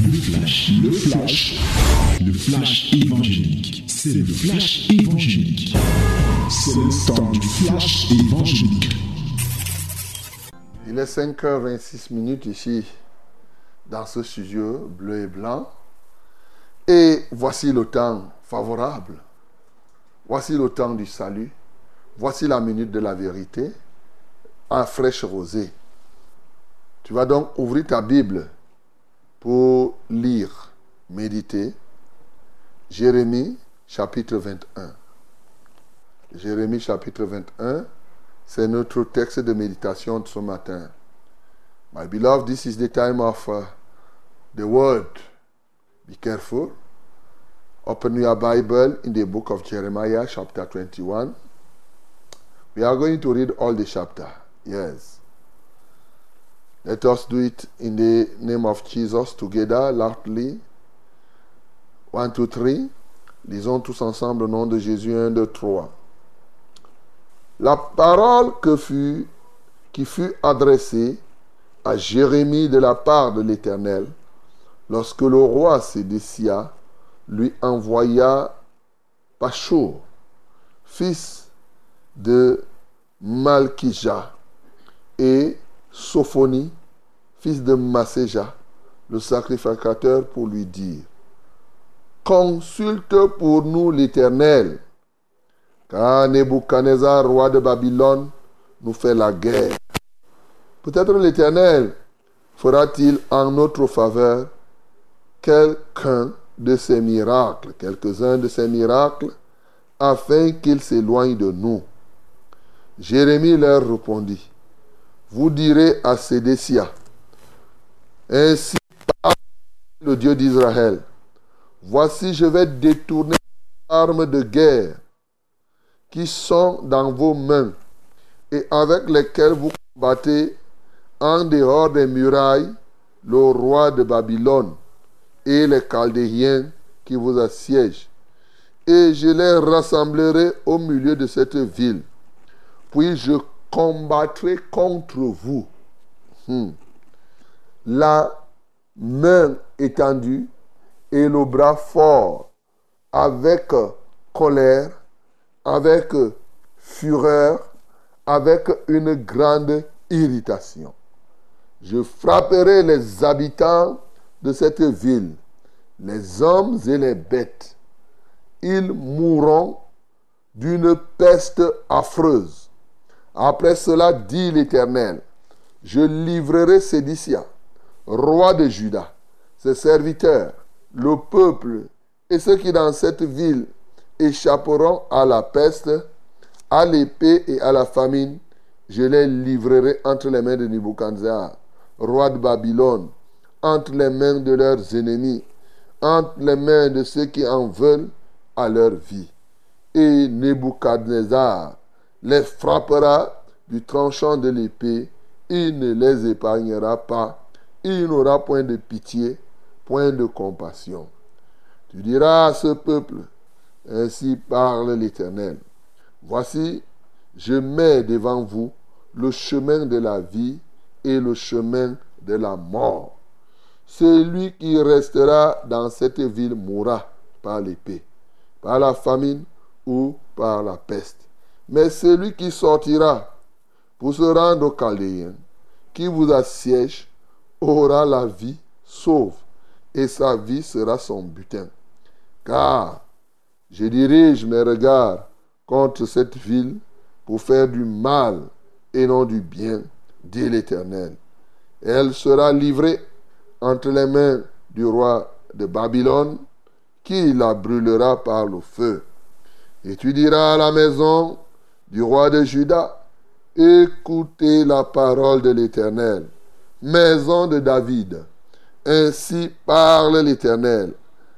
Le flash évangélique. C'est le flash évangélique. C'est le temps du flash évangélique. Il est 5h26 ici, dans ce studio bleu et blanc. Et voici le temps favorable. Voici le temps du salut. Voici la minute de la vérité, en fraîche rosée. Tu vas donc ouvrir ta Bible pour lire, méditer. Jérémie, chapitre 21. Jérémie, chapitre 21, c'est notre texte de méditation de ce matin. My beloved, this is the time of the word. Be careful. Open your Bible in the book of Jeremiah, chapter 21. We are going to read all the chapter. Yes. Let us do it in the name of Jesus together, loudly. 1, 2, 3. Lisons tous ensemble au nom de Jésus. 1, 2, 3. La parole qui fut adressée à Jérémie de la part de l'Éternel, lorsque le roi Sédécia lui envoya Pachur, fils de Malkija, et Sophonie, fils de Masséja, le sacrificateur, pour lui dire: consulte pour nous l'Éternel, car Nebuchadnezzar, roi de Babylone, nous fait la guerre. Peut-être l'Éternel fera-t-il en notre faveur quelqu'un de ses miracles, quelques-uns de ses miracles, afin qu'il s'éloigne de nous. Jérémie leur répondit: vous direz à Sédécia: ainsi parle le Dieu d'Israël, voici je vais détourner les armes de guerre qui sont dans vos mains et avec lesquelles vous combattez en dehors des murailles le roi de Babylone et les Chaldéens qui vous assiègent. Et je les rassemblerai au milieu de cette ville. Puis je combattrai contre vous. La main étendue et le bras fort, avec colère, avec fureur, avec une grande irritation. Je frapperai les habitants de cette ville, les hommes et les bêtes. Ils mourront d'une peste affreuse. Après cela, dit l'Éternel, je livrerai Sédécia, roi de Juda, ses serviteurs, le peuple et ceux qui dans cette ville échapperont à la peste, à l'épée et à la famine. Je les livrerai entre les mains de Nebuchadnezzar, roi de Babylone, entre les mains de leurs ennemis, entre les mains de ceux qui en veulent à leur vie. Et Nebuchadnezzar les frappera du tranchant de l'épée, il ne les épargnera pas, il n'aura point de pitié, point de compassion. Tu diras à ce peuple: ainsi parle l'Éternel, voici, je mets devant vous le chemin de la vie et le chemin de la mort. Celui qui restera dans cette ville mourra par l'épée, par la famine ou par la peste. Mais celui qui sortira pour se rendre aux Chaldéens, qui vous assiège, aura la vie sauve, et sa vie sera son butin. Car je dirige mes regards contre cette ville pour faire du mal et non du bien, dit l'Éternel. Elle sera livrée entre les mains du roi de Babylone, qui la brûlera par le feu. Et tu diras à la maison du roi de Juda: écoutez la parole de l'Éternel, maison de David. Ainsi parle l'Éternel: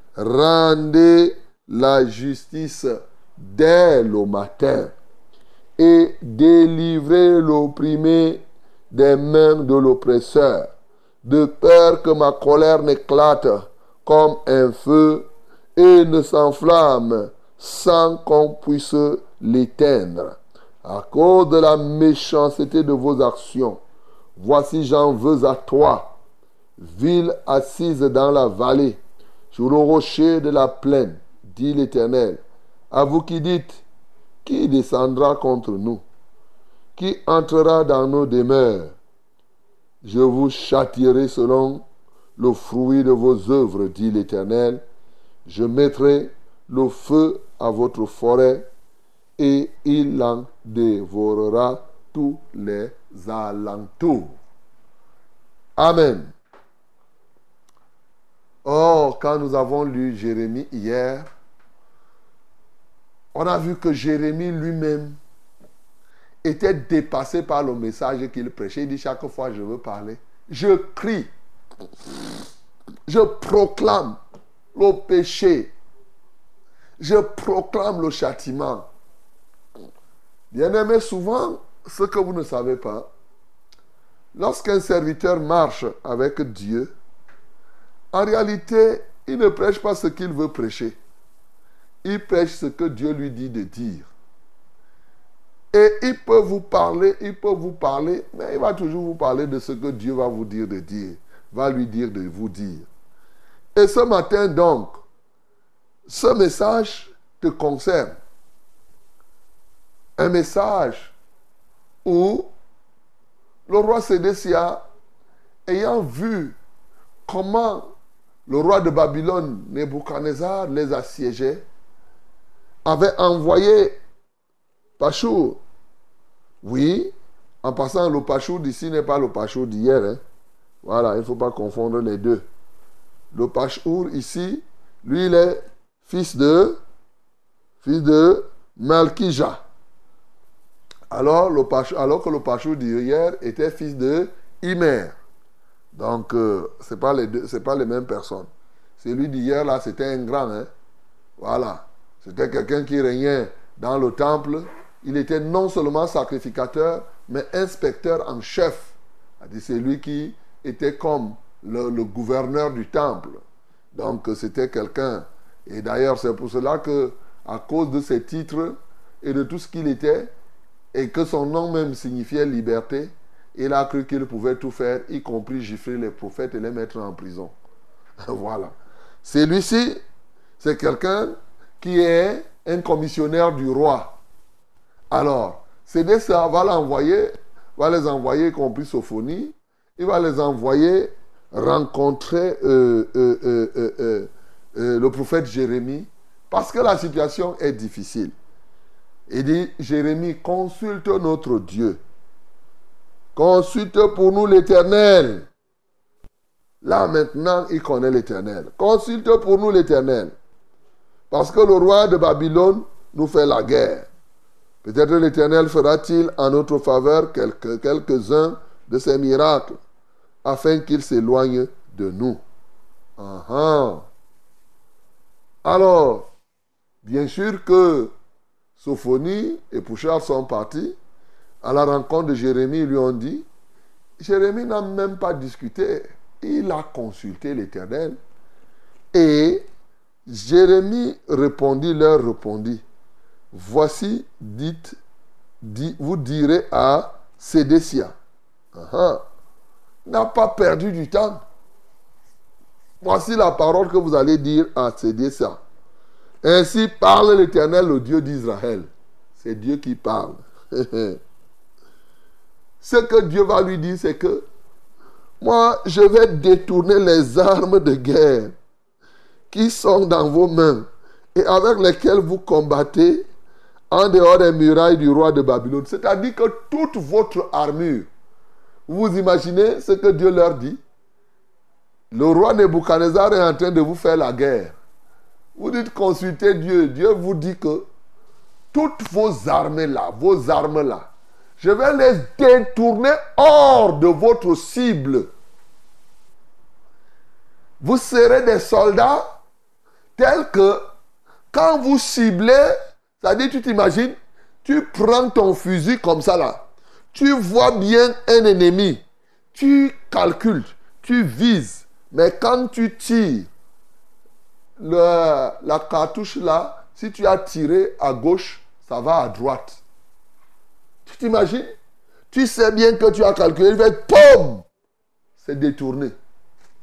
rendez la justice dès le matin et délivrez l'opprimé des mains de l'oppresseur, de peur que ma colère n'éclate comme un feu et ne s'enflamme sans qu'on puisse l'éteindre. À cause de la méchanceté de vos actions, voici j'en veux à toi, ville assise dans la vallée, sur le rocher de la plaine, dit l'Éternel. À vous qui dites, qui descendra contre nous? Qui entrera dans nos demeures? Je vous châtierai selon le fruit de vos œuvres, dit l'Éternel. Je mettrai le feu à votre forêt et il en dévorera tous les alentours. Amen. Or, quand nous avons lu Jérémie hier, on a vu que Jérémie lui-même était dépassé par le message qu'il prêchait. Il dit, chaque fois que je veux parler, je crie, je proclame le péché, je proclame le châtiment. Bien-aimé, souvent, ce que vous ne savez pas, lorsqu'un serviteur marche avec Dieu, en réalité, il ne prêche pas ce qu'il veut prêcher. Il prêche ce que Dieu lui dit de dire. Et il peut vous parler, mais il va toujours vous parler de ce que Dieu va vous dire de dire, va lui dire de vous dire. Et ce matin donc, ce message te concerne. Un message où le roi Sédécia, ayant vu comment le roi de Babylone, Nebuchadnezzar, les assiégeait, avait envoyé Pachour. Oui, en passant, le Pachour d'ici n'est pas le Pachour d'hier. Hein. Voilà, il ne faut pas confondre les deux. Le Pachour ici, lui, il est fils de Malkija. Alors que le Pachour d'hier était fils de Imer. Donc, ce n'est pas les mêmes personnes. Celui d'hier, là, c'était un grand. Hein? Voilà. C'était quelqu'un qui régnait dans le temple. Il était non seulement sacrificateur, mais inspecteur en chef. C'est lui qui était comme le gouverneur du temple. Donc, c'était quelqu'un. Et d'ailleurs, c'est pour cela que, à cause de ses titres et de tout ce qu'il était, et que son nom même signifiait liberté, il a cru qu'il pouvait tout faire, y compris gifler les prophètes et les mettre en prison. Voilà. Celui-ci, c'est quelqu'un qui est un commissionnaire du roi. Alors, Sédécia va les envoyer, y compris Sophonie, il va les envoyer rencontrer le prophète Jérémie, parce que la situation est difficile. Il dit, Jérémie, consulte notre Dieu. Consulte pour nous l'Éternel. Là maintenant, il connaît l'Éternel. Consulte pour nous l'Éternel. Parce que le roi de Babylone nous fait la guerre. Peut-être l'Éternel fera-t-il en notre faveur quelques-uns de ses miracles, afin qu'il s'éloigne de nous. Alors, bien sûr que Sophonie et Pouchard sont partis. À la rencontre de Jérémie, ils lui ont dit, Jérémie n'a même pas discuté, il a consulté l'Éternel. Et Jérémie leur répondit, voici, vous direz à Sédécia, n'a pas perdu du temps. Voici la parole que vous allez dire à Sédécia. Ainsi parle l'Éternel, le Dieu d'Israël. C'est Dieu qui parle. Ce que Dieu va lui dire, c'est que moi, je vais détourner les armes de guerre qui sont dans vos mains et avec lesquelles vous combattez en dehors des murailles du roi de Babylone. C'est-à-dire que toute votre armure, vous imaginez ce que Dieu leur dit? Le roi Nebuchadnezzar est en train de vous faire la guerre. Vous dites consultez Dieu. Dieu vous dit que toutes vos armes là, je vais les détourner hors de votre cible. Vous serez des soldats tels que quand vous ciblez, c'est-à-dire tu t'imagines, tu prends ton fusil comme ça là, tu vois bien un ennemi, tu calcules, tu vises, mais quand tu tires, la cartouche là, si tu as tiré à gauche, ça va à droite. Tu t'imagines? Tu sais bien que tu as calculé, il va être POM! C'est détourné.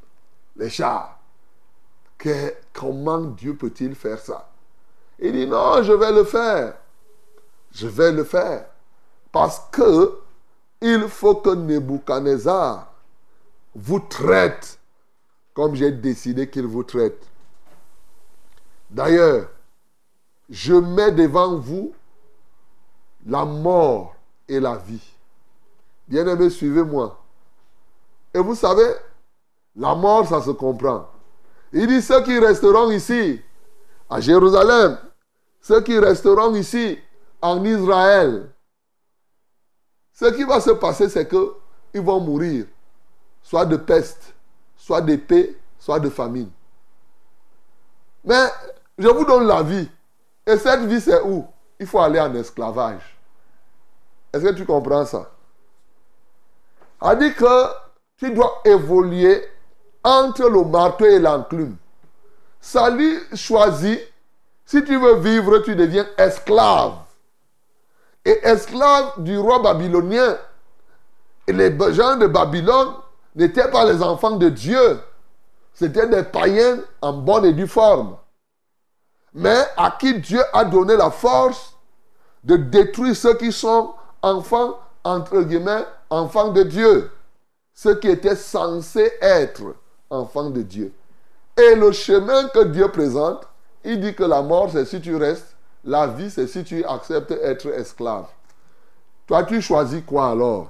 les chars. Comment Dieu peut-il faire ça? Il dit non, je vais le faire. Je vais le faire. Parce que il faut que Nebuchadnezzar vous traite comme j'ai décidé qu'il vous traite. D'ailleurs, je mets devant vous la mort et la vie. Bien-aimés, suivez-moi. Et vous savez, la mort, ça se comprend. Il dit ceux qui resteront ici, à Jérusalem, ceux qui resteront ici, en Israël, ce qui va se passer, c'est qu'ils vont mourir, soit de peste, soit d'épée, soit de famine. Mais je vous donne la vie. Et cette vie, c'est où? Il faut aller en esclavage. Est-ce que tu comprends ça? A dit que tu dois évoluer entre le marteau et l'enclume. Ça lui choisit, si tu veux vivre, tu deviens esclave. Et esclave du roi babylonien. Et les gens de Babylone n'étaient pas les enfants de Dieu. C'était des païens en bonne et due forme. Mais à qui Dieu a donné la force de détruire ceux qui sont enfants, entre guillemets, enfants de Dieu. Ceux qui étaient censés être enfants de Dieu. Et le chemin que Dieu présente, il dit que la mort, c'est si tu restes. La vie, c'est si tu acceptes d'être esclave. Toi, tu choisis quoi alors?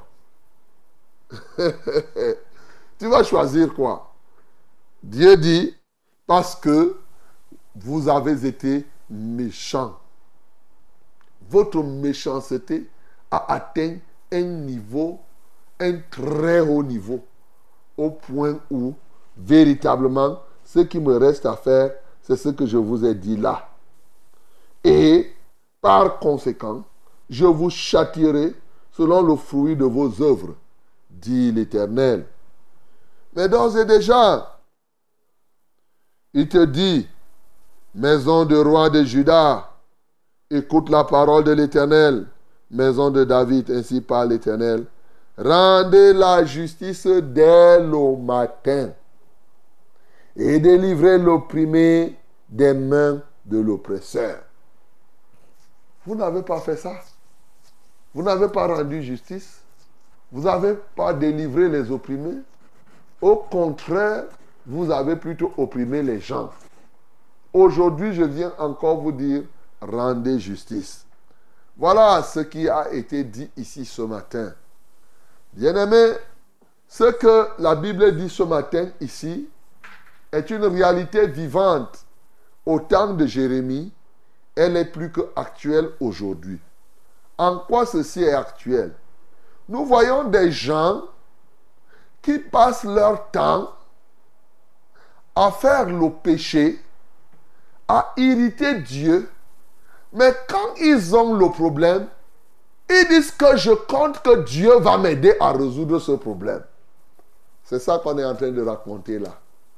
Tu vas choisir quoi? Dieu dit, parce que vous avez été méchants. Votre méchanceté a atteint un niveau, un très haut niveau, au point où, véritablement, ce qui me reste à faire, c'est ce que je vous ai dit là. Et, par conséquent, je vous châtierai selon le fruit de vos œuvres, dit l'Éternel. Mais d'ores et déjà, il te dit, maison de roi de Juda, écoute la parole de l'Éternel, maison de David, ainsi parle l'Éternel. Rendez la justice dès le matin et délivrez l'opprimé des mains de l'oppresseur. Vous n'avez pas fait ça. Vous n'avez pas rendu justice. Vous n'avez pas délivré les opprimés. Au contraire, vous avez plutôt opprimé les gens. Aujourd'hui, je viens encore vous dire, rendez justice. Voilà ce qui a été dit ici ce matin. Bien-aimés, ce que la Bible dit ce matin ici est une réalité vivante. Au temps de Jérémie, elle est plus qu'actuelle aujourd'hui. En quoi ceci est actuel? Nous voyons des gens qui passent leur temps à faire le péché, à irriter Dieu, mais quand ils ont le problème, ils disent que je compte que Dieu va m'aider à résoudre ce problème. C'est ça qu'on est en train de raconter là.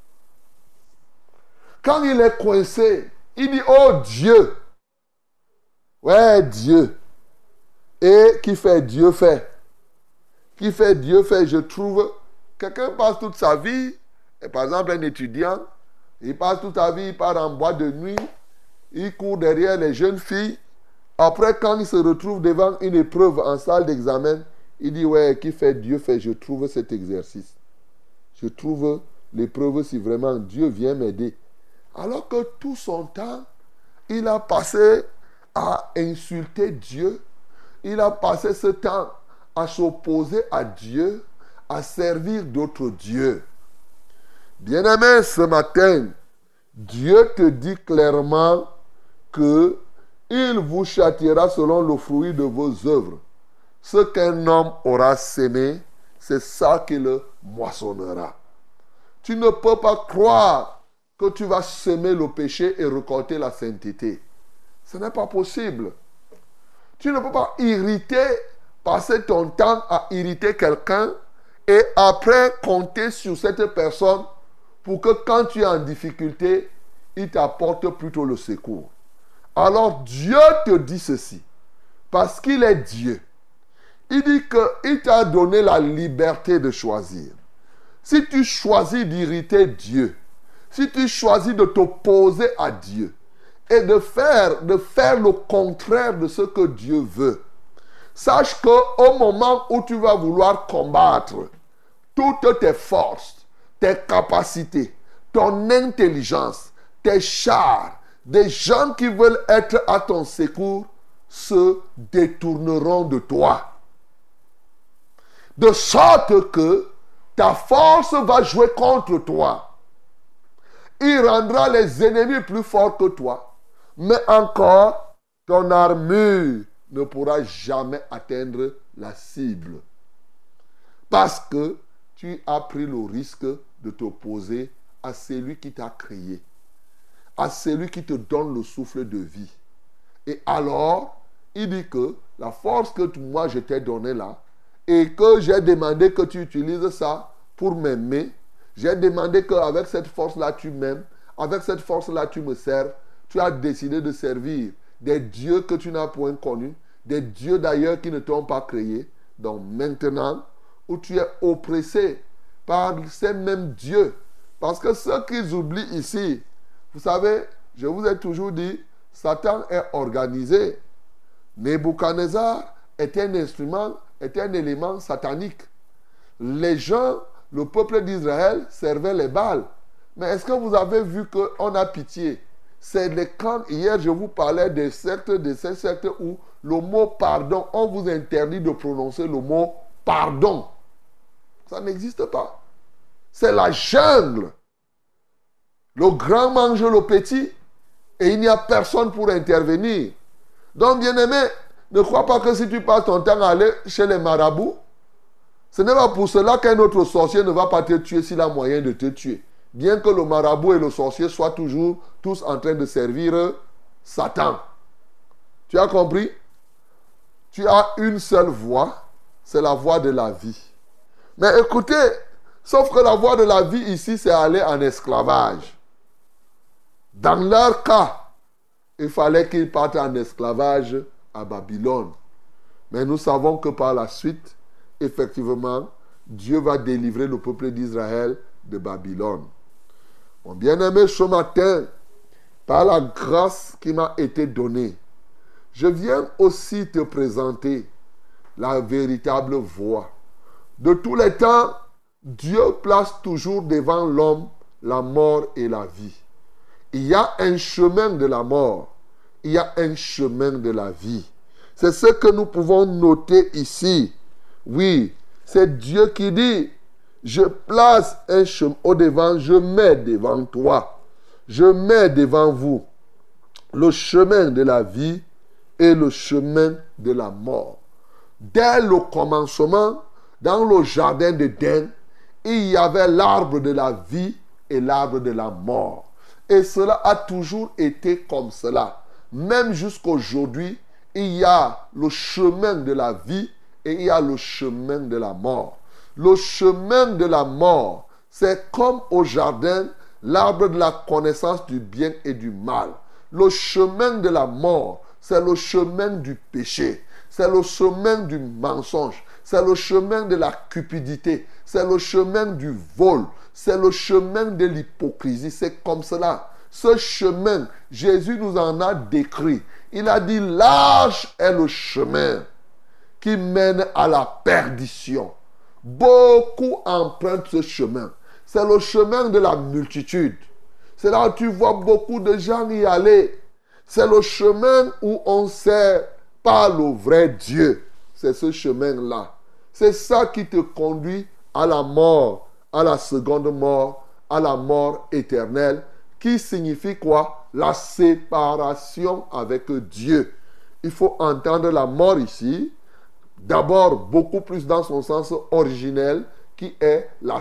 Quand il est coincé, il dit, oh Dieu. Ouais, Dieu. Et qui fait Dieu fait. Qui fait Dieu fait, je trouve. Quelqu'un passe toute sa vie, et par exemple un étudiant, il passe toute sa vie, il part en boîte de nuit, il court derrière les jeunes filles. Après, quand il se retrouve devant une épreuve en salle d'examen, il dit, ouais, qui fait Dieu fait, je trouve cet exercice. Je trouve l'épreuve si vraiment Dieu vient m'aider. Alors que tout son temps, il a passé à insulter Dieu. Il a passé ce temps à s'opposer à Dieu, à servir d'autres dieux. Bien-aimé, ce matin, Dieu te dit clairement que il vous châtiera selon le fruit de vos œuvres. Ce qu'un homme aura sémé, c'est ça qu'il moissonnera. Tu ne peux pas croire que tu vas semer le péché et récolter la sainteté. Ce n'est pas possible. Tu ne peux pas passer ton temps à irriter quelqu'un et après compter sur cette personne pour que quand tu es en difficulté, il t'apporte plutôt le secours. Alors Dieu te dit ceci, parce qu'il est Dieu. Il dit qu'il t'a donné la liberté de choisir. si tu choisis d'irriter Dieu, si tu choisis de t'opposer à Dieu et de faire le contraire de ce que Dieu veut, sache qu'au moment où tu vas vouloir combattre, toutes tes forces, tes capacités, ton intelligence, tes chars, des gens qui veulent être à ton secours se détourneront de toi. De sorte que ta force va jouer contre toi. Il rendra les ennemis plus forts que toi. Mais encore, ton armure ne pourra jamais atteindre la cible. Parce que tu as pris le risque de t'opposer à celui qui t'a créé, à celui qui te donne le souffle de vie. Et alors, il dit que la force que moi je t'ai donnée là, et que j'ai demandé que tu utilises ça pour m'aimer, j'ai demandé qu'avec cette force-là tu m'aimes, avec cette force-là tu me sers, tu as décidé de servir des dieux que tu n'as point connus, des dieux d'ailleurs qui ne t'ont pas créé. Donc maintenant, où tu es oppressé par ces mêmes dieux, parce que ce qu'ils oublient ici, vous savez, je vous ai toujours dit, Satan est organisé. Nebuchadnezzar est un instrument, est un élément satanique. Les gens, le peuple d'Israël servait les Baals. Mais est-ce que vous avez vu qu'on a pitié? C'est les camps, hier je vous parlais des sectes, de ces sectes où le mot pardon, on vous interdit de prononcer le mot pardon. Ça n'existe pas. C'est la jungle. Le grand mange le petit et il n'y a personne pour intervenir. Donc, bien-aimé, ne crois pas que si tu passes ton temps à aller chez les marabouts, ce n'est pas pour cela qu'un autre sorcier ne va pas te tuer s'il a moyen de te tuer. Bien que le marabout et le sorcier soient toujours tous en train de servir Satan. Tu as compris? Tu as une seule voie, c'est la voie de la vie. Mais écoutez, sauf que la voie de la vie ici, c'est aller en esclavage. Dans leur cas, il fallait qu'ils partent en esclavage à Babylone. Mais nous savons que par la suite, effectivement, Dieu va délivrer le peuple d'Israël de Babylone. Mon bien-aimé, ce matin, par la grâce qui m'a été donnée, je viens aussi te présenter la véritable voie. De tous les temps, Dieu place toujours devant l'homme la mort et la vie. Il y a un chemin de la mort, il y a un chemin de la vie. C'est ce que nous pouvons noter ici. Oui, c'est Dieu qui dit, je place un chemin au devant, je mets devant toi, je mets devant vous le chemin de la vie et le chemin de la mort. Dès le commencement, dans le jardin d'Éden, il y avait l'arbre de la vie et l'arbre de la mort. Et cela a toujours été comme cela. Même jusqu'aujourd'hui, il y a le chemin de la vie et il y a le chemin de la mort. Le chemin de la mort, c'est comme au jardin, l'arbre de la connaissance du bien et du mal. Le chemin de la mort, c'est le chemin du péché. C'est le chemin du mensonge. C'est le chemin de la cupidité. C'est le chemin du vol. C'est le chemin de l'hypocrisie. C'est comme cela. Ce chemin, Jésus nous en a décrit. Il a dit, large est le chemin qui mène à la perdition. Beaucoup empruntent ce chemin. C'est le chemin de la multitude. C'est là où tu vois beaucoup de gens y aller. C'est le chemin où on sert par le vrai Dieu. C'est ce chemin-là. C'est ça qui te conduit à la mort, à la seconde mort, à la mort éternelle, qui signifie quoi? La séparation avec Dieu. Il faut entendre la mort ici, d'abord beaucoup plus dans son sens originel, qui est la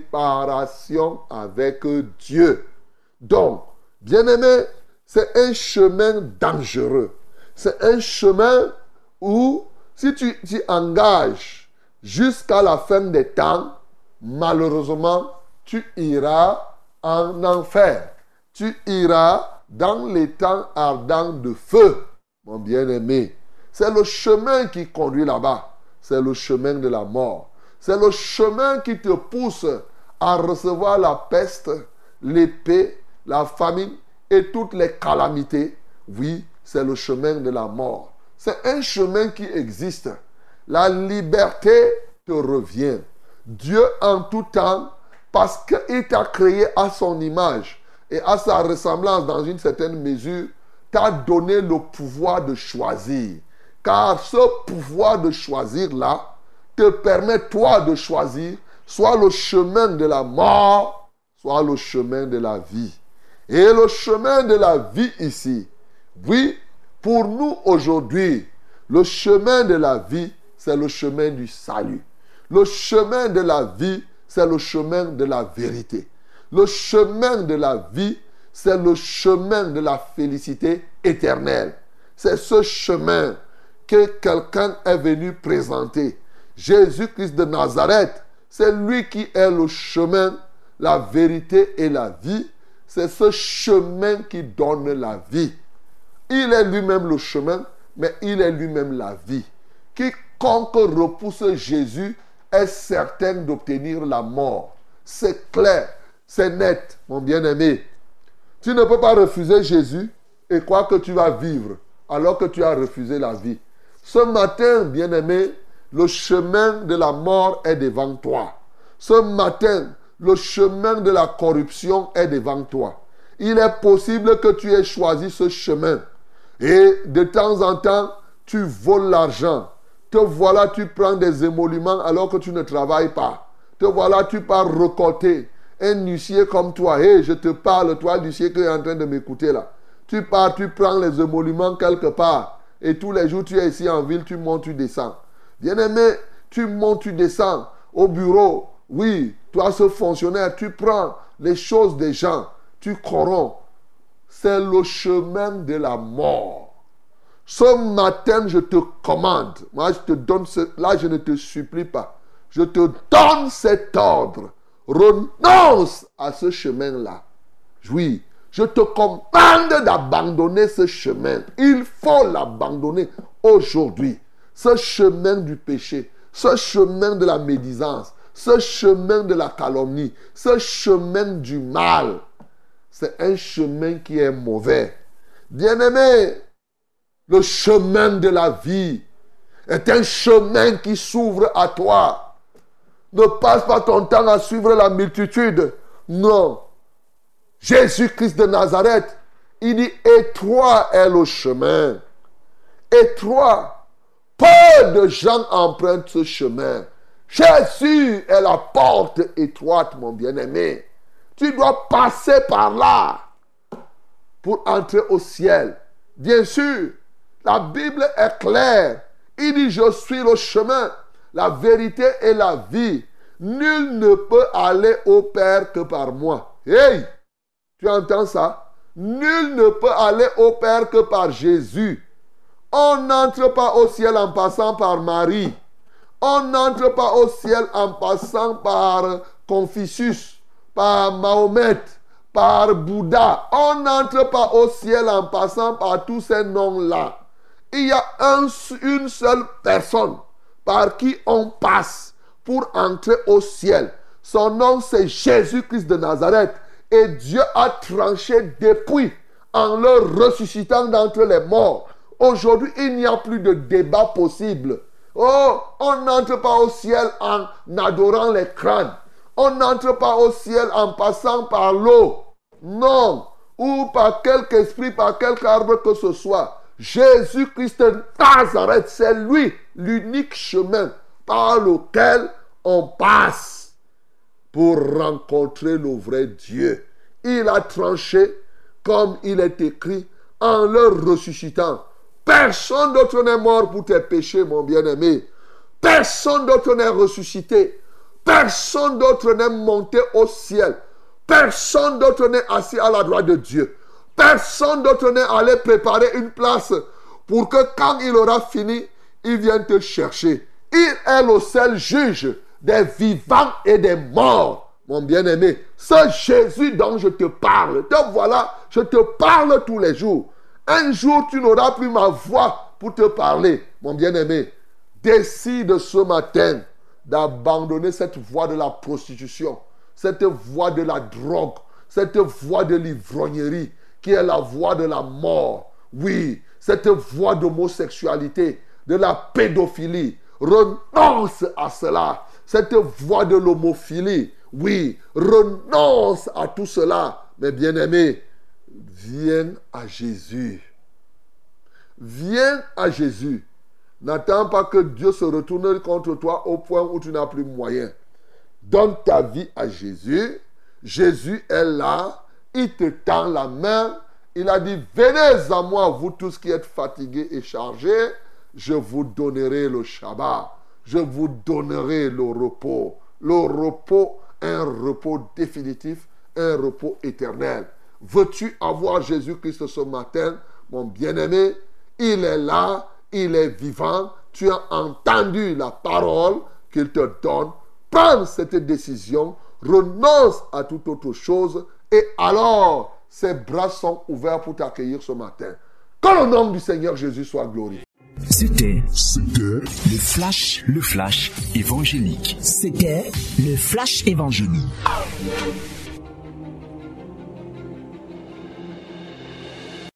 séparation avec Dieu. Donc, bien-aimé, c'est un chemin dangereux. C'est un chemin où, si tu t'y engages jusqu'à la fin des temps, malheureusement, tu iras en enfer. Tu iras dans les temps ardents de feu, mon bien-aimé. C'est le chemin qui conduit là-bas. C'est le chemin de la mort. C'est le chemin qui te pousse à recevoir la peste, l'épée, la famine et toutes les calamités, oui, c'est le chemin de la mort. C'est un chemin qui existe. La liberté te revient. Dieu en tout temps, parce qu'il t'a créé à son image et à sa ressemblance dans une certaine mesure, t'a donné le pouvoir de choisir. Car ce pouvoir de choisir-là te permet, toi, de choisir soit le chemin de la mort, soit le chemin de la vie. Et le chemin de la vie ici, oui, pour nous aujourd'hui, le chemin de la vie, c'est le chemin du salut. Le chemin de la vie, c'est le chemin de la vérité. Le chemin de la vie, c'est le chemin de la félicité éternelle. C'est ce chemin que quelqu'un est venu présenter. Jésus-Christ de Nazareth, c'est lui qui est le chemin, la vérité et la vie. C'est ce chemin qui donne la vie. Il est lui-même le chemin, mais il est lui-même la vie. Quiconque repousse Jésus est certain d'obtenir la mort. C'est clair, c'est net, mon bien-aimé. Tu ne peux pas refuser Jésus et croire que tu vas vivre alors que tu as refusé la vie. Ce matin, bien-aimé, le chemin de la mort est devant toi. Ce matin, le chemin de la corruption est devant toi. Il est possible que tu aies choisi ce chemin. Et de temps en temps, tu voles l'argent. Te voilà, tu prends des émoluments alors que tu ne travailles pas. Te voilà, tu pars récolter. Un huissier comme toi, hey, je te parle, toi, l'huissier qui est en train de m'écouter là. Tu pars, tu prends les émoluments quelque part. Et tous les jours, tu es ici en ville, tu montes, tu descends. Bien-aimé, tu montes, tu descends au bureau. Oui, toi, ce fonctionnaire, tu prends les choses des gens. Tu corromps. C'est le chemin de la mort. Ce matin, je te commande. Moi, je te donne là, je ne te supplie pas. Je te donne cet ordre. Renonce à ce chemin-là. Oui, je te commande d'abandonner ce chemin. Il faut l'abandonner aujourd'hui. Ce chemin du péché, ce chemin de la médisance, ce chemin de la calomnie, ce chemin du mal. C'est un chemin qui est mauvais. Bien-aimé, le chemin de la vie est un chemin qui s'ouvre à toi. Ne passe pas ton temps à suivre la multitude. Non. Jésus-Christ de Nazareth, il dit, étroit est le chemin. Étroit. Peu de gens empruntent ce chemin. Jésus est la porte étroite, mon bien-aimé. Tu dois passer par là pour entrer au ciel. Bien sûr, la Bible est claire. Il dit, je suis le chemin, la vérité et la vie. Nul ne peut aller au Père que par moi. Hey, tu entends ça? Nul ne peut aller au Père que par Jésus. On n'entre pas au ciel en passant par Marie. On n'entre pas au ciel en passant par Confucius, par Mahomet, par Bouddha. On n'entre pas au ciel en passant par tous ces noms-là. Il y a une seule personne par qui on passe pour entrer au ciel. Son nom, c'est Jésus-Christ de Nazareth. Et Dieu a tranché depuis en le ressuscitant d'entre les morts. Aujourd'hui, il n'y a plus de débat possible. Oh, on n'entre pas au ciel en adorant les crânes. On n'entre pas au ciel en passant par l'eau. Non. Ou par quelque esprit, par quelque arbre que ce soit. Jésus-Christ de Nazareth, c'est lui, l'unique chemin par lequel on passe pour rencontrer le vrai Dieu. Il a tranché, comme il est écrit, en le ressuscitant. Personne d'autre n'est mort pour tes péchés, mon bien-aimé. Personne d'autre n'est ressuscité. Personne d'autre n'est monté au ciel. Personne d'autre n'est assis à la droite de Dieu. Personne d'autre n'est allé préparer une place pour que quand il aura fini, il vienne te chercher. Il est le seul juge des vivants et des morts. Mon bien-aimé, ce Jésus dont je te parle, te voilà, je te parle tous les jours. Un jour, tu n'auras plus ma voix pour te parler. Mon bien-aimé, décide ce matin d'abandonner cette voie de la prostitution, cette voie de la drogue, cette voie de l'ivrognerie, qui est la voie de la mort. Oui, cette voie d'homosexualité, de la pédophilie. Renonce à cela. Cette voie de l'homophilie. Oui, renonce à tout cela. Mais bien-aimés, viens à Jésus. Viens à Jésus. N'attends pas que Dieu se retourne contre toi au point où tu n'as plus moyen. Donne ta vie à Jésus. Jésus est là. Il te tend la main. Il a dit, venez à moi, vous tous qui êtes fatigués et chargés. Je vous donnerai le Shabbat. Je vous donnerai le repos. Le repos, un repos définitif, un repos éternel. Veux-tu avoir Jésus-Christ ce matin, mon bien-aimé? Il est là, il est vivant. Tu as entendu la parole qu'il te donne. Prends cette décision, renonce à toute autre chose et alors ses bras sont ouverts pour t'accueillir ce matin. Que le nom du Seigneur Jésus soit glorifié. C'était le flash évangélique. C'était le flash évangélique.